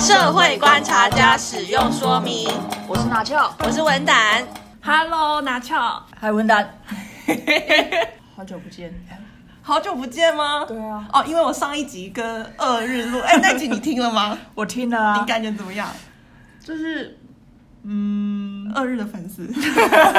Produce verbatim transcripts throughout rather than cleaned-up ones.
社会观察家使用说明。 我是拿翘， 我是文胆。 Hello， 拿翘， 嗨文胆，好久不见。 好久不见吗？ 对啊。 哦，因为我上一集跟二日录，哎，那集你听了吗？ 我听了啊。 你感觉怎么样？ 就是，嗯， 二日的粉丝。 不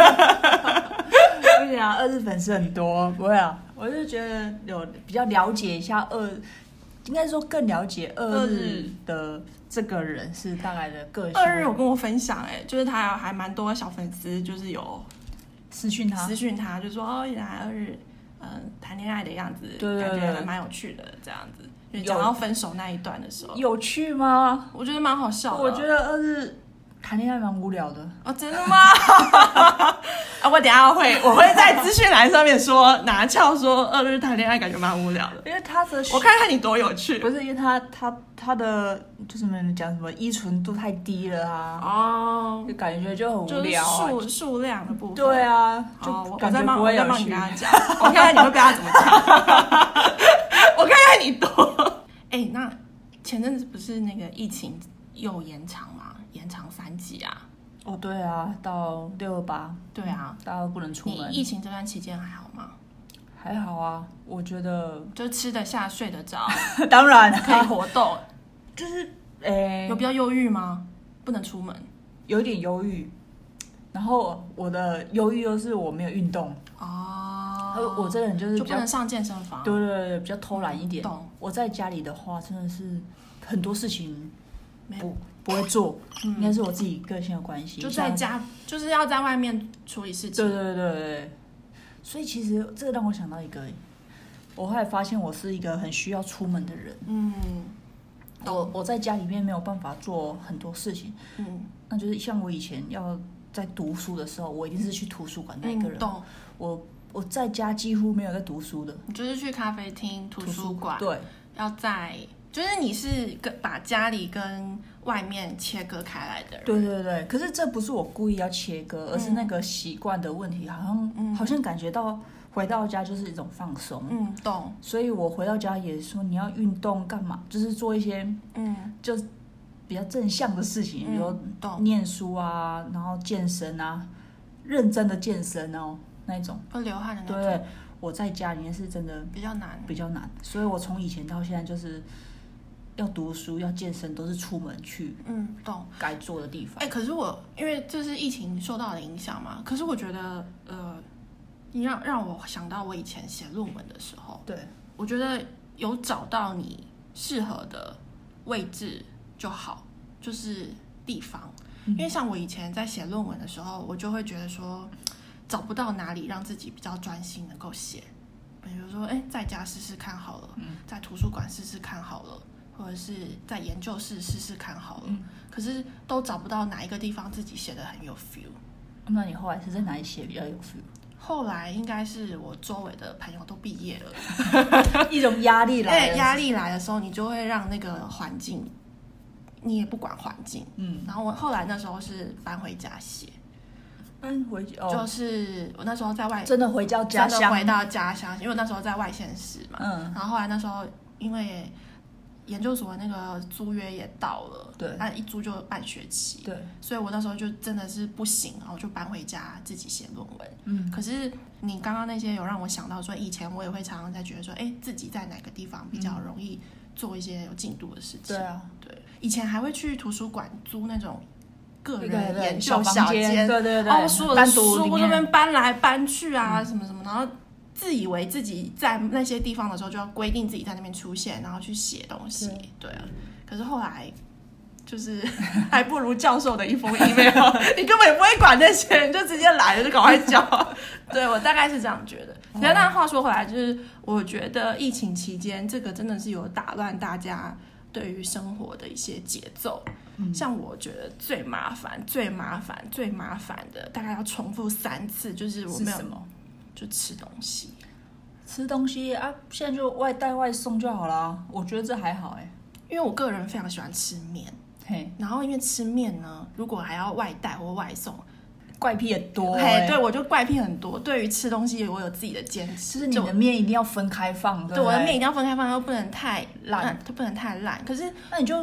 行啊，二日粉丝很多，不会啊。我就觉得有比较了解一下二，应该说更了解二日的这个人是大概的个性。 二日有跟我分享，哎，就是他还蛮多小粉丝，就是有私讯他， 私讯他，就说哦，原来二日。嗯，谈恋爱的样子， 对对对， 感觉还蛮有趣的，这样子。就讲到分手那一段的时候， 有趣吗？ 我觉得蛮好笑的。 我觉得二日谈恋爱蛮无聊的。 哦，真的吗？啊，我等一下会，我会在资讯栏上面说，拿翘说二日谈恋爱感觉蛮无聊的， 因为他的我看看你多有趣。 不是因为他他他的就是什么讲什么依存度太低了啊， 哦， 就感觉就很无聊啊， 数数量的部分。 对啊，就感觉不会有趣。 我再帮你跟他讲，我看看你会跟他怎么讲。我看看你多。哎、欸，那前阵子不是那个疫情又延长吗？延长三级啊。 哦，对啊，到六二八。 对啊， 大家都不能出门。 你疫情这段期间还好吗？ 还好啊，我觉得就是吃得下、睡得着， 当然可以活动。 就是诶， 有比较忧郁吗？不能出门， 有点忧郁。然后我的忧郁又是我没有运动哦， 我这个人就是比较就不能上健身房。 对对对，比较偷懒一点。 懂。 我在家里的话，真的是很多事情不不会做，嗯、应该是我自己个性的关系。 就在家，就是要在外面处理事情。 对对对对。所以其实这个让我想到一个，我后来发现我是一个很需要出门的人。嗯。我我在家里面没有办法做很多事情。嗯。那就是像我以前要在读书的时候，我一定是去图书馆那一个人。嗯、懂。我我在家几乎没有在读书的。 你就是去咖啡厅、图书馆。 对。要在。就是你是跟把家里跟外面切割开来的人， 对对对。可是这不是我故意要切割，而是那个习惯的问题，好像、嗯、好像感觉到回到家就是一种放松。 嗯，懂。 所以我回到家也说你要运动干嘛，就是做一些嗯，就比较正向的事情，嗯、比如念书啊，然后健身啊，认真的健身哦，那种会流汗的那种。 对，我在家里面是真的比较难， 比较难。所以我从以前到现在就是。要读书要健身都是出门去， 嗯，懂该做的地方。 哎、欸，可是我因为这是疫情受到的影响嘛，可是我觉得，呃，你让让我想到我以前写论文的时候， 对， 我觉得有找到你适合的位置就好，就是地方。嗯、因为像我以前在写论文的时候，我就会觉得说找不到哪里让自己比较专心能够写，比如说，哎、欸，在家试试看好了，嗯、在图书馆试试看好了。或者是在研究室试试看好了，嗯、可是都找不到哪一个地方自己写的很有 feel。 那你后来是在哪里写比较有 feel？ 后来应该是我周围的朋友都毕业了， 一种压力来了。 压力来的时候，你就会让那个环境，你也不管环境。嗯，然后我后来那时候是搬回家写， 搬回家、哦、 就是我那时候在外真的回到家乡， 真的回到家乡，因为我那时候在外县市嘛。嗯，然后后来那时候因为。研究所的那个租约也到了， 对， 那一租就半学期， 对， 所以我那时候就真的是不行，然后就搬回家自己写论文。嗯，可是你刚刚那些有让我想到说，以前我也会常常在觉得说，哎，自己在哪个地方比较容易做一些有进度的事情。 对啊， 对，以前还会去图书馆租那种个人研究小间，对对对， 哦，所有的书那边搬来搬去啊，嗯、什么什么，然后。自以为自己在那些地方的时候就要规定自己在那边出现，然后去写东西，对啊。可是后来就是还不如教授的一封 email， 你根本也不会管那些人，就直接来了就赶快交。对，我大概是这样觉得。那、哦、但话说回来，就是我觉得疫情期间这个真的是有打乱大家对于生活的一些节奏。嗯、像我觉得最麻烦、最麻烦、最麻烦的，大概要重复三次，就是我没有。 是什么？ 就吃东西， 吃东西啊！现在就外带外送就好啦。我觉得这还好哎、欸， 因为我个人非常喜欢吃面，嘿，然后因为吃面呢，如果还要外带或外送， 怪癖很多、欸。 对，我就怪癖很多。对于吃东西，我有自己的坚持。 就是你的面一定要分开放，对， 对，我的面一定要分开放，又不能太烂，它不能太烂。可是那你就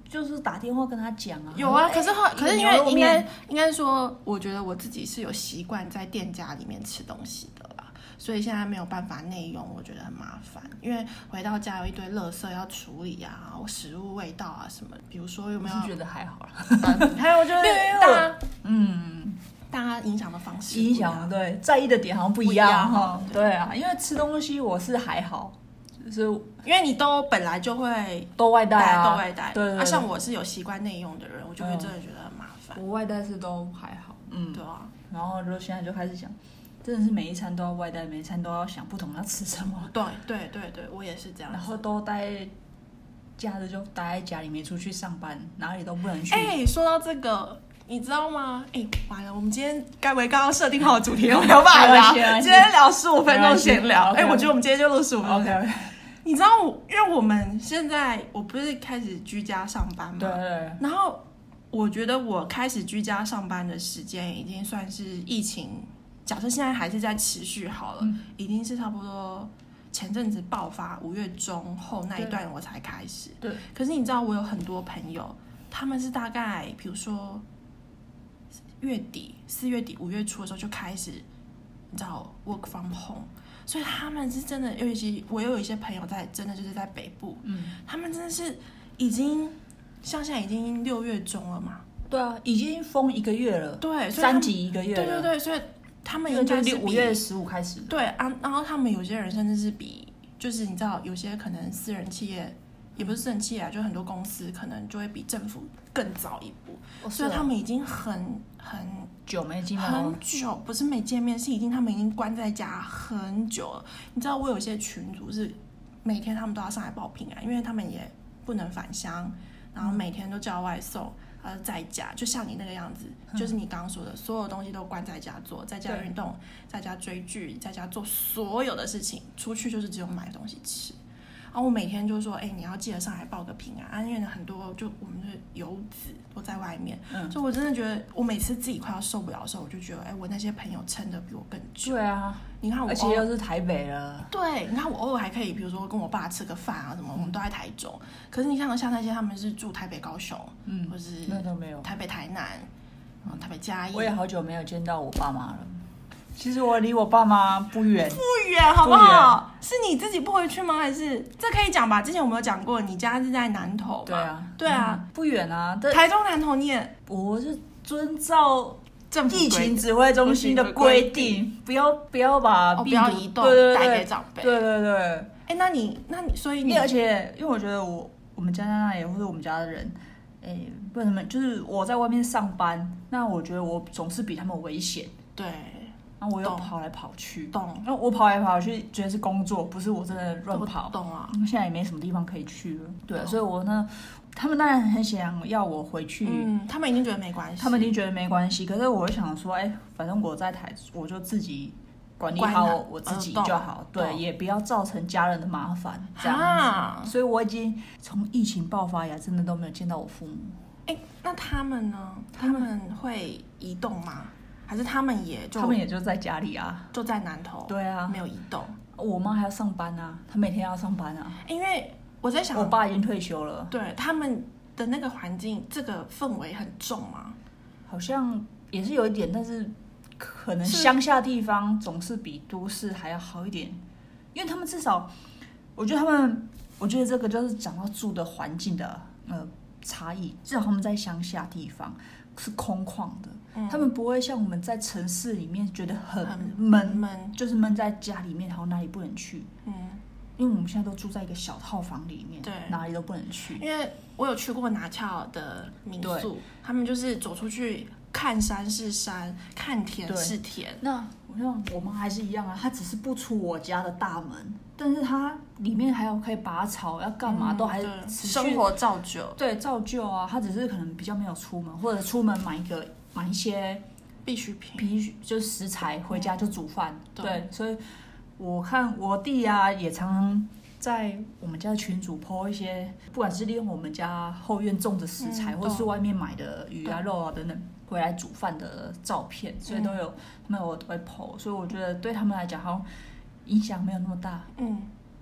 就是打电话跟他讲啊。 有啊，可是后可是因为应该应该说，我觉得我自己是有习惯在店家里面吃东西的啦，所以现在没有办法内用，我觉得很麻烦。因为回到家有一堆垃圾要处理啊，食物味道啊什么，比如说有没有？ 我是觉得还好啦。 还有就是大家嗯。 大家影响的方式影响对在意的点好像不一样哈。对啊，因为吃东西我是还好，就是因为你都本来就会都外带啊， 都外带。 对 对, 对、 啊，像我是有习惯内用的人，我就会真的觉得很麻烦。 我外带是都还好，嗯， 对啊。 然后就现在就开始想，真的是每一餐都要外带，每一餐都要想不同要吃什么。 对对对对，我也是这样。 然后都待假日就待在家里面，出去上班，哪里都不能去。 哎、欸，说到这个。你知道吗？哎、欸，完了，我们今天该不会刚刚设定好的主题有没有办法聊？今天聊十五分钟闲聊。哎、欸，我觉得我们今天就录十五分钟。 OK OK。 你知道，因为我们现在我不是开始居家上班嘛， 对对对。 然后我觉得我开始居家上班的时间已经算是疫情，假设现在还是在持续好了，嗯、已经是差不多前阵子爆发五月中后那一段我才开始。 对。 可是你知道，我有很多朋友，他们是大概比如说。月底四月底五月初的时候就开始，你知道 work from home， 所以他们是真的，尤其我又有一些朋友在，真的就是在北部，嗯，他们真的是已经像现在已经六月中了嘛， 对啊，已经封一个月了， 对， 三级一个月了， 对对对，所以他们应该是五月十五开始， 对啊，然后他们有些人甚至是比，就是你知道有些可能私人企业。也不是私人企业啊，就很多公司可能就会比政府更早一步，哦、所以他们已经很很久没见面， 很久不是没见面，是已经他们已经关在家很久了。你知道我有些群组是每天他们都要上来报平安，因为他们也不能返乡，然后每天都叫外送，呃，在家就像你那个样子，嗯、就是你刚刚说的，所有东西都关在家做，在家运动，在家追剧，在家做所有的事情，出去就是只有买东西吃。然后我每天就说，哎、欸，你要记得上来报个平安，因为很多就我们的游子都在外面，嗯，所以我真的觉得，我每次自己快要受不了的时候，我就觉得，哎、欸，我那些朋友撑得比我更久。 对啊， 你看我， 而且又是台北了。 对，你看我偶尔还可以，比如说跟我爸吃个饭啊什么，我们都在台中。可是你看像那些他们是住台北、高雄，嗯，或是那都没有台北、台南，嗯，台北嘉义。 我也好久没有见到我爸妈了。其实我离我爸妈不远， 不远，好不好？不是你自己不回去吗？还是这可以讲吧？之前我们有讲过，你家是在南投嘛？ 对啊， 对啊， 嗯、不远啊。 台中南投你也， 我是遵照政府疫情指挥中心的规定，不要不要把病毒、 哦、不要移动对对对带给长辈。 对对对。哎、 欸，那你那你所以你， 而且因为我觉得我我们家在那里或者我们家的人。哎，不能什么，就是我在外面上班，那我觉得我总是比他们危险。 对。 然后我又跑来跑去， 懂。 然后我跑来跑去，觉得是工作，不是我真的乱跑。 懂啊。 现在也没什么地方可以去了，对，所以我呢，他们当然很想要我回去， 嗯，他们已经觉得没关系， 他们已经觉得没关系。可是我想说，哎，反正我在台，我就自己管理好我自己就好，对，也不要造成家人的麻烦，这样子。所以我已经从疫情爆发以来，真的都没有见到我父母。 哎，那他们呢？他们会移动吗？还是他们也就他们也就在家里啊， 就在南投， 对啊， 没有移动。 我妈还要上班啊，她每天要上班啊。 因为我在想， 我爸已经退休了， 对他们的那个环境，这个氛围很重吗？ 好像也是有一点，但是可能乡下地方总是比都市还要好一点，因为他们至少，我觉得他们，我觉得这个就是讲到住的环境的呃差异，至少他们在乡下地方是空旷的。嗯、他们不会像我们在城市里面觉得很闷， 闷就是闷在家里面，然后哪里不能去。嗯，因为我们现在都住在一个小套房里面， 对， 哪里都不能去。 因为我有去过拿翘的民宿，他们就是走出去看山是山，看田是田。 那我像我妈还是一样啊，她只是不出我家的大门，但是她里面还有可以拔草，要干嘛、嗯、都还是生活照旧。 对，照旧啊，她只是可能比较没有出门，或者出门买一个。买一些必需品， 必须就是食材回家就煮饭、嗯。对，所以我看我弟啊，也常常在我们家的群组 po 一些，不管是利用我们家后院种的食材，嗯、或是外面买的鱼啊、肉啊等等回来煮饭的照片，所以都有，他们我都会 po。所以我觉得对他们来讲，好像影响没有那么大。 嗯，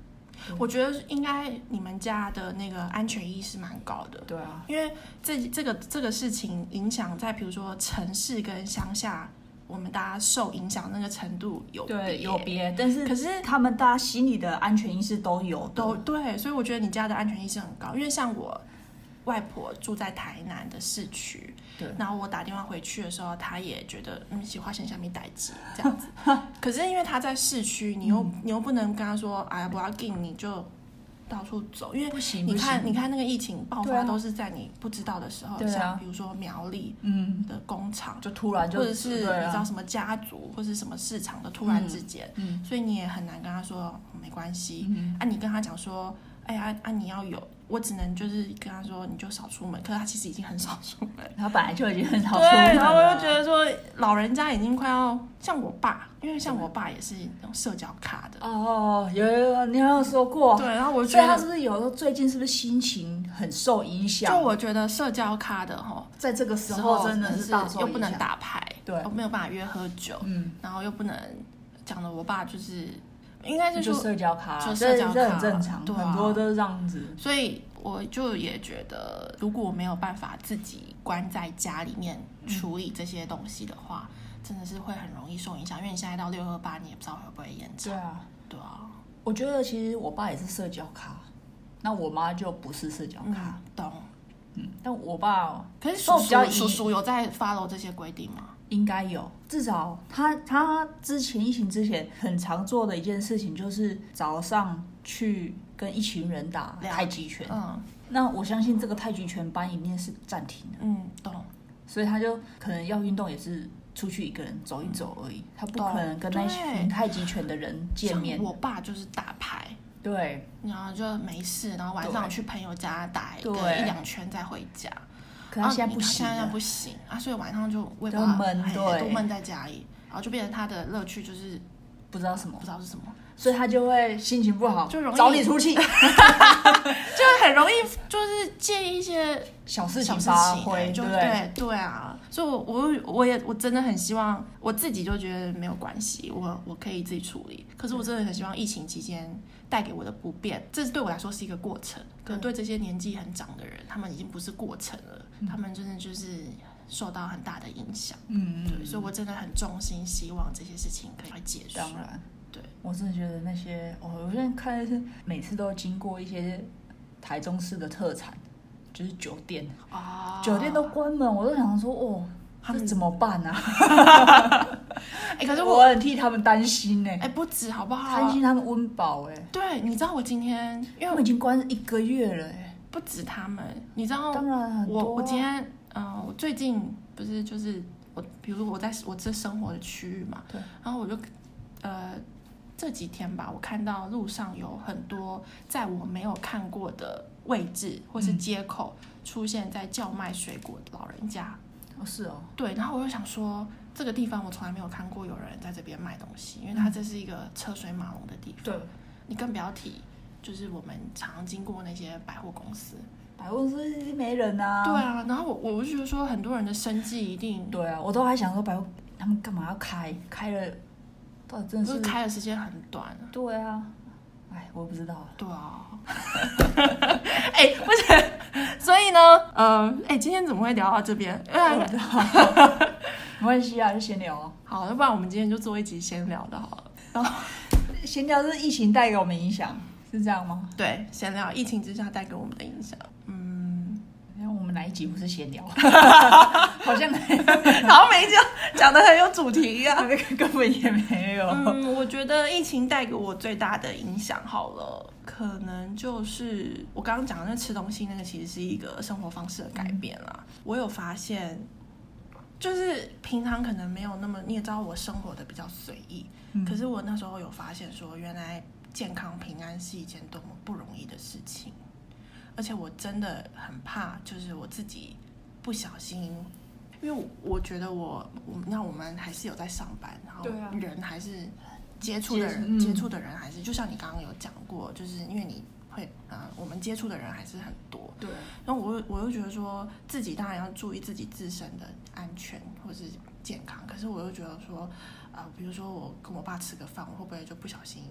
我觉得应该你们家的那个安全意识蛮高的。 对啊， 因为这这个这个事情影响在比如说城市跟乡下，我们大家受影响那个程度有别对有别，但是可是他们大家心里的安全意识都有的都对，所以我觉得你家的安全意识很高。因为像我外婆住在台南的市区， 对， 然后我打电话回去的时候，她也觉得嗯，喜花钱下面待机这样子。可是因为她在市区，你又、嗯、你又不能跟她说，哎呀不要进，你就到处走，因为不行， 你看不行你看那个疫情爆发都是在你不知道的时候， 对啊、 像比如说苗栗的工厂、 嗯，就突然就或者是你知道什么家族、啊、或是什么市场的突然之间、嗯嗯，所以你也很难跟她说没关系。嗯、啊，你跟她讲说，哎呀啊你要有。我只能就是跟他说你就少出门，可是他其实已经很少出门， 他本来就已经很少出门了。 对，然后我就觉得说老人家已经快要像我爸，因为像我爸也是那种社交咖的。 哦，有有你好像说过。 对，然后我觉得，所以他是不是有时候最近是不是心情很受影响？ 就我觉得社交咖的哈， 在这个时候真的是大受影响， 又不能打牌， 对， 又没有办法约喝酒， 嗯， 然后又不能讲的我爸就是。应该是说就社交咖， 就社交咖这很正常， 对啊， 很多都是这样子。 所以我就也觉得，如果我没有办法自己关在家里面处理这些东西的话，嗯、真的是会很容易受影响。因为你现在到六二八，你也不知道会不会延长。 对啊， 对啊。 我觉得其实我爸也是社交咖，那我妈就不是社交咖， 嗯、懂。 嗯，但我爸可是叔叔叔叔有在 follow 这些规定吗？ 应该有，至少他他之前疫情之前很常做的一件事情就是早上去跟一群人打太极拳。 嗯， 那我相信这个太极拳班一定是暂停的。 嗯，懂。 所以他就可能要运动也是出去一个人走一走而已，嗯、他不可能跟那群太极拳的人见面。 像我爸就是打牌。 对， 然后就没事，然后晚上去朋友家打一个一两圈再回家。 可他现在不行， 现在不行啊，所以晚上就我也不知道闷，对， 都闷在家里，然后就变成他的乐趣就是不知道什么， 不知道是什么， 所以他就会心情不好， 就容易找你出气，就会很容易就是介意一些小事情发挥， 就对对对啊，所以我我我也我真的很希望我自己就觉得没有关系，我我可以自己处理，可是我真的很希望疫情期间带给我的不便，这对我来说是一个过程，可能对这些年纪很长的人，他们已经不是过程了，嗯、他们真的就是受到很大的影响。嗯对，所以我真的很衷心希望这些事情可以结束。 当然， 对我真的觉得那些，哦、我现在看是每次都经过一些台中市的特产，就是酒店，哦、酒店都关门，我都想说，哦，这怎么办啊？ 哎、欸，可是我, 我很替他们担心呢、欸。 哎、欸，不止好不好？ 担心他们温饱哎、欸。 对，你知道我今天，因为我已经关一个月了哎、欸。 不止他们，你知道？ 当然很多、啊。 我我今天，嗯、呃，我最近不是就是我，比如说我在我这生活的区域嘛， 对。 然后我就，呃，这几天吧，我看到路上有很多在我没有看过的位置或是街口、嗯、出现在叫卖水果的老人家。 哦，是哦。 对，然后我就想说。这个地方我从来没有看过有人在这边卖东西，因为它这是一个车水马龙的地方。 对， 你更不要提，就是我们常常经过那些百货公司， 百货公司没人啊。 对啊，然后我我就觉得说，很多人的生计一定。 对啊，我都还想说百货他们干嘛要开？开了，到底真的是开的时间很短。 对啊，哎，我不知道。 对啊。哎、欸，不是，所以呢，嗯、呃，哎、欸，今天怎么会聊到这边？ 我不知道。没关系啊，就闲聊啊。 好，要不然我们今天就做一集闲聊的好了。然后， 闲聊是疫情带给我们影响，是这样吗？ 对，闲聊疫情之下带给我们的影响。嗯， 然后我们哪一集不是闲聊？好像， 好像每一集讲的很有主题一样， 根本也没有。 嗯，我觉得疫情带给我最大的影响，好了，可能就是我刚刚讲的那吃东西那个，其实是一个生活方式的改变啦。嗯、我有发现。就是平常可能没有那么，你也知道我生活的比较随意、嗯，可是我那时候有发现说，原来健康平安是一件多么不容易的事情，而且我真的很怕，就是我自己不小心，因为我觉得我，我那我们还是有在上班，然后人还是接触的人，接触、嗯、的人还是，就像你刚刚有讲过，就是因为你。会啊、呃，我们接触的人还是很多， 对。 然后我我又觉得说，自己当然要注意自己自身的安全或是健康，可是我又觉得说，啊、呃，比如说我跟我爸吃个饭，我会不会就不小心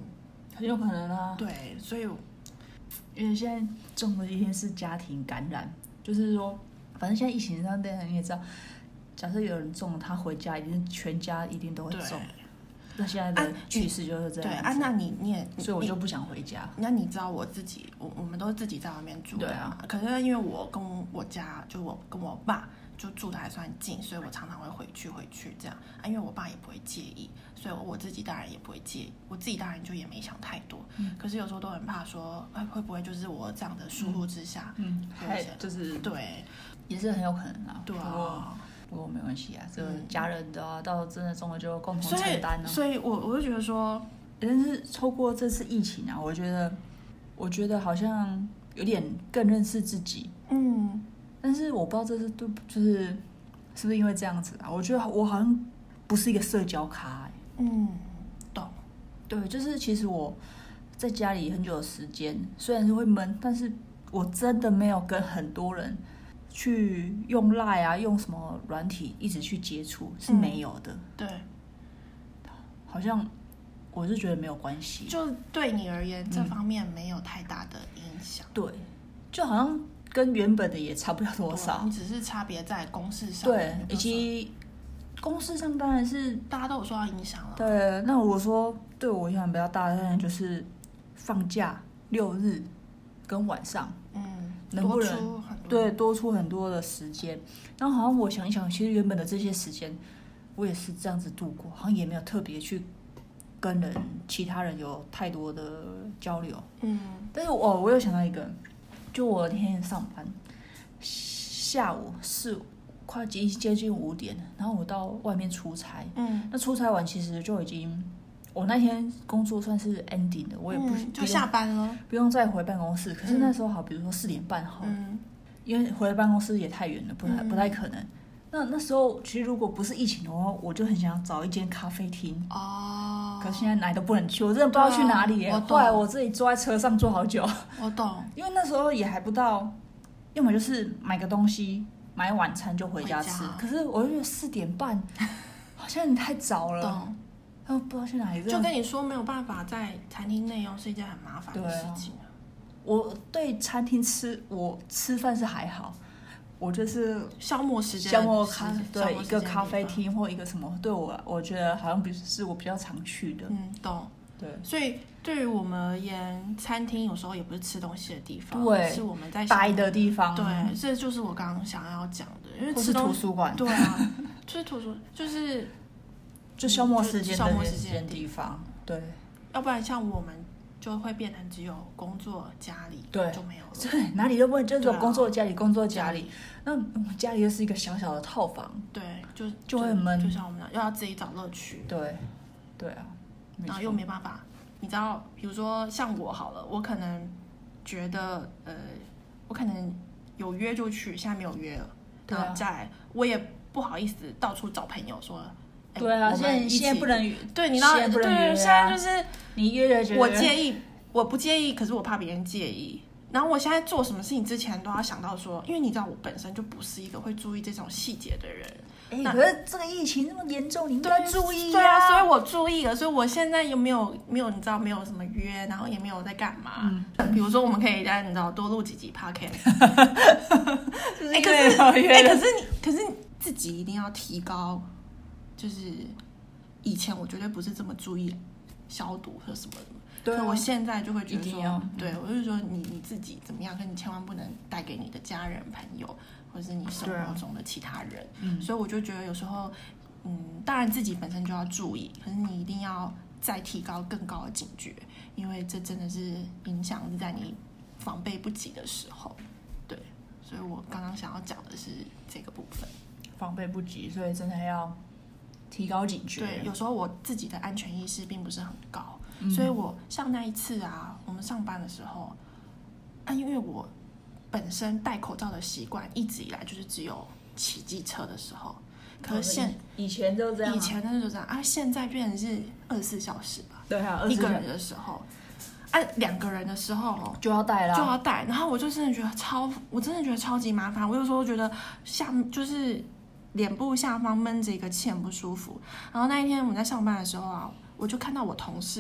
很有可能啊。 对，所以因为现在中的一天是家庭感染，就是说，反正现在疫情上，你也知道，假设有人中了，他回家一定全家一定都会中。那现在的趋势就是这样。 对啊，那你你也， 所以我就不想回家。 那你知道我自己，我我们都是自己在外面住的。 对啊。 可是因为我跟我家，就我跟我爸就住的还算近，所以我常常会回去回去这样啊。因为我爸也不会介意，所以我自己当然也不会介意。我自己当然就也没想太多。嗯。可是有时候都很怕说，哎，会不会就是我这样的疏忽之下， 嗯，还就是对， 也是很有可能啊。 对啊。 不过没关系啊，这个家人的啊，到真的中了就共同承担了。 所以，所以我我就觉得说， 但是透过这次疫情啊，我觉得，我觉得好像有点更认识自己。 嗯， 但是我不知道这是对，就是是不是因为这样子啊？我觉得我好像不是一个社交咖、欸。 嗯，懂。 对，就是其实我在家里很久的时间，虽然是会闷，但是我真的没有跟很多人去用 LINE 啊，用什么软体一直去接触，是没有的。 嗯、对， 好像我是觉得没有关系， 就对你而言、嗯、这方面没有太大的影响。 对，就好像跟原本的也差不了多少， 你只是差别在公事上。 对，以及公事上当然是大家都有受到影响了。 对，那我说对我影响比较大的，当然就是放假六日跟晚上。 嗯。 能不能对多出很多的时间？然后好像我想一想，其实原本的这些时间，我也是这样子度过，好像也没有特别去跟人、其他人有太多的交流。 嗯， 但是我我有想到一个，就我那天上班，下午四快接接近五点，然后我到外面出差。 嗯， 那出差完其实就已经。我那天工作算是 ending 的，我也不、 嗯、就下班了， 不用再回办公室。可是那时候好，比如说四点半好，嗯、因为回办公室也太远了，不太、嗯、不太可能。那那时候其实如果不是疫情的话，我就很想找一间咖啡厅哦。 可是现在哪里都不能去，我真的不知道去哪里耶。后来我自己坐在车上坐好久。 我懂， 因为那时候也还不到，要么就是买个东西，买晚餐就回家吃。可是我就觉得四点半好像有点太早了。 懂。 不知道去哪里， 就跟你说没有办法在餐厅内用是一件很麻烦的事情、啊、 我对餐厅吃，我吃饭是还好，我就是消磨时间， 消磨咖对一个咖啡厅或一个什么，对我我觉得好像比是我比较常去的。 嗯，懂。 对， 所以对于我们而言，餐厅有时候也不是吃东西的地方， 对， 是我们在待的地方。 对，这就是我刚刚想要讲的，因为吃图书馆， 对啊，就是图书就是。 就消磨时间的消磨时间的地方，对， 要不然像我们就会变成只有工作家里， 对， 就没有了， 对，哪里都不能，就是工作家里，工作家里，那我们家里又是一个小小的套房， 对，就就会很闷， 就像我们又要自己找乐趣， 对，对啊， 然后又没办法，你知道，比如说像我好了，我可能觉得呃，我可能有约就去，现在没有约了， 对啊， 再来我也不好意思到处找朋友说。 对啊，现在现在不能对，你知道，对，现在就是你约了， 我介意，我不介意，可是我怕别人介意。然后我现在做什么事情之前都要想到说，因为你知道我本身就不是一个会注意这种细节的人。 哎，可是这个疫情那么严重，你应该注意啊。 对啊，所以我注意了，所以我现在有没有没有你知道没有什么约，然后也没有在干嘛。嗯，比如说我们可以在你知道多录几集 podcast。哎，可是哎，可是你可是自己一定要提高。就是以前我绝对不是这么注意消毒和什么的，对、啊，我现在就会觉得说，对我就是说你你自己怎么样，可你千万不能带给你的家人、朋友，或者是你生活中的其他人。嗯，所以我就觉得有时候，嗯，当然自己本身就要注意，可是你一定要再提高更高的警觉，因为这真的是影响是在你防备不及的时候。对，所以我刚刚想要讲的是这个部分， 防备不及，所以真的要。提高警觉。 对，有时候我自己的安全意识并不是很高，嗯、所以我像那一次啊，我们上班的时候，啊，因为我本身戴口罩的习惯一直以来就是只有骑机车的时候，可是现以前就这样、啊， 以前那就这样啊，现在变成是二十四小时吧， 对啊， 一个人的时候，啊，两个人的时候就要戴啦， 就要戴，然后我就真的觉得超，我真的觉得超级麻烦，我有时候觉得下就是。脸部下方闷着一个气很不舒服，然后那一天我们在上班的时候啊，我就看到我同事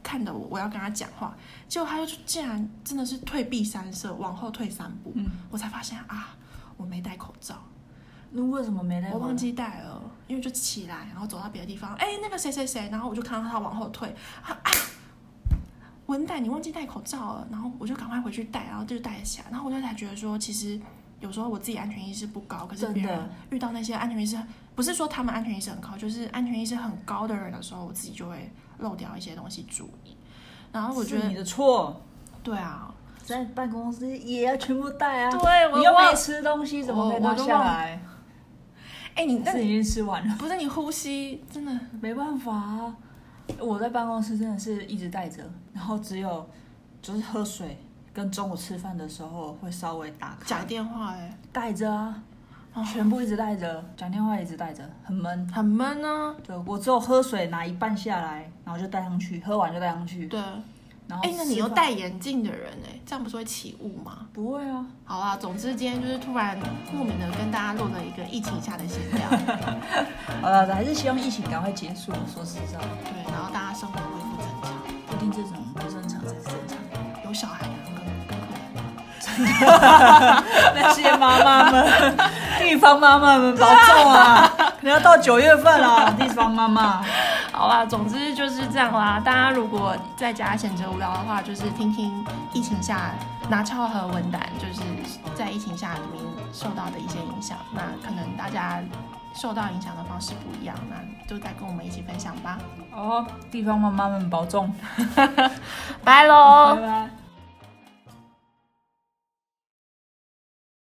看着我，我要跟他讲话，结果他就竟然真的是退避三舍，往后退三步，嗯、我才发现啊，我没戴口罩。 那为什么没戴口罩？ 我忘记戴了，因为就起来，然后走到别的地方，哎，那个谁谁谁，然后我就看到他往后退，啊啊，文胆，你忘记戴口罩了，然后我就赶快回去戴，然后就戴起来，然后我就才觉得说，其实有时候我自己安全意识不高，可是别人遇到那些安全意识，不是说他们安全意识很高，就是安全意识很高的人的时候，我自己就会漏掉一些东西注意。然后我觉得是你的错。 对啊， 在办公室也要全部带啊。 对，我你又没吃东西，怎么可以拿下来？ 哎，你是已经吃完了？ 不是，你呼吸真的没办法啊。我在办公室真的是一直带着，然后只有就是喝水跟中午吃饭的时候会稍微打开。 讲电话哎、欸， 带着啊，全部一直带着，讲电话一直带着，很闷， 很闷啊。 对，我只有喝水拿一半下来，然后就带上去，喝完就带上去。 对， 然后哎、欸，那你又戴眼镜的人哎、欸，这样不是会起雾吗？ 不会啊。 好啦，总之今天就是突然莫名的跟大家录了一个疫情下的闲聊。 好了，还是希望疫情赶快结束。说实在， 对，然后大家生活恢复正常。 不一定这种不正常才是正常。 有小孩的人更更可怜。 真的，那些妈妈们，地方妈妈们保重啊！可能要到九月份了，地方妈妈。 好啦，总之就是这样啦。大家如果在家闲着无聊的话，就是听听疫情下拿翘和文胆，就是在疫情下里面受到的一些影响。那可能大家受到影响的方式不一样，那就再跟我们一起分享吧。 哦，地方妈妈们保重， 拜喽， 拜拜。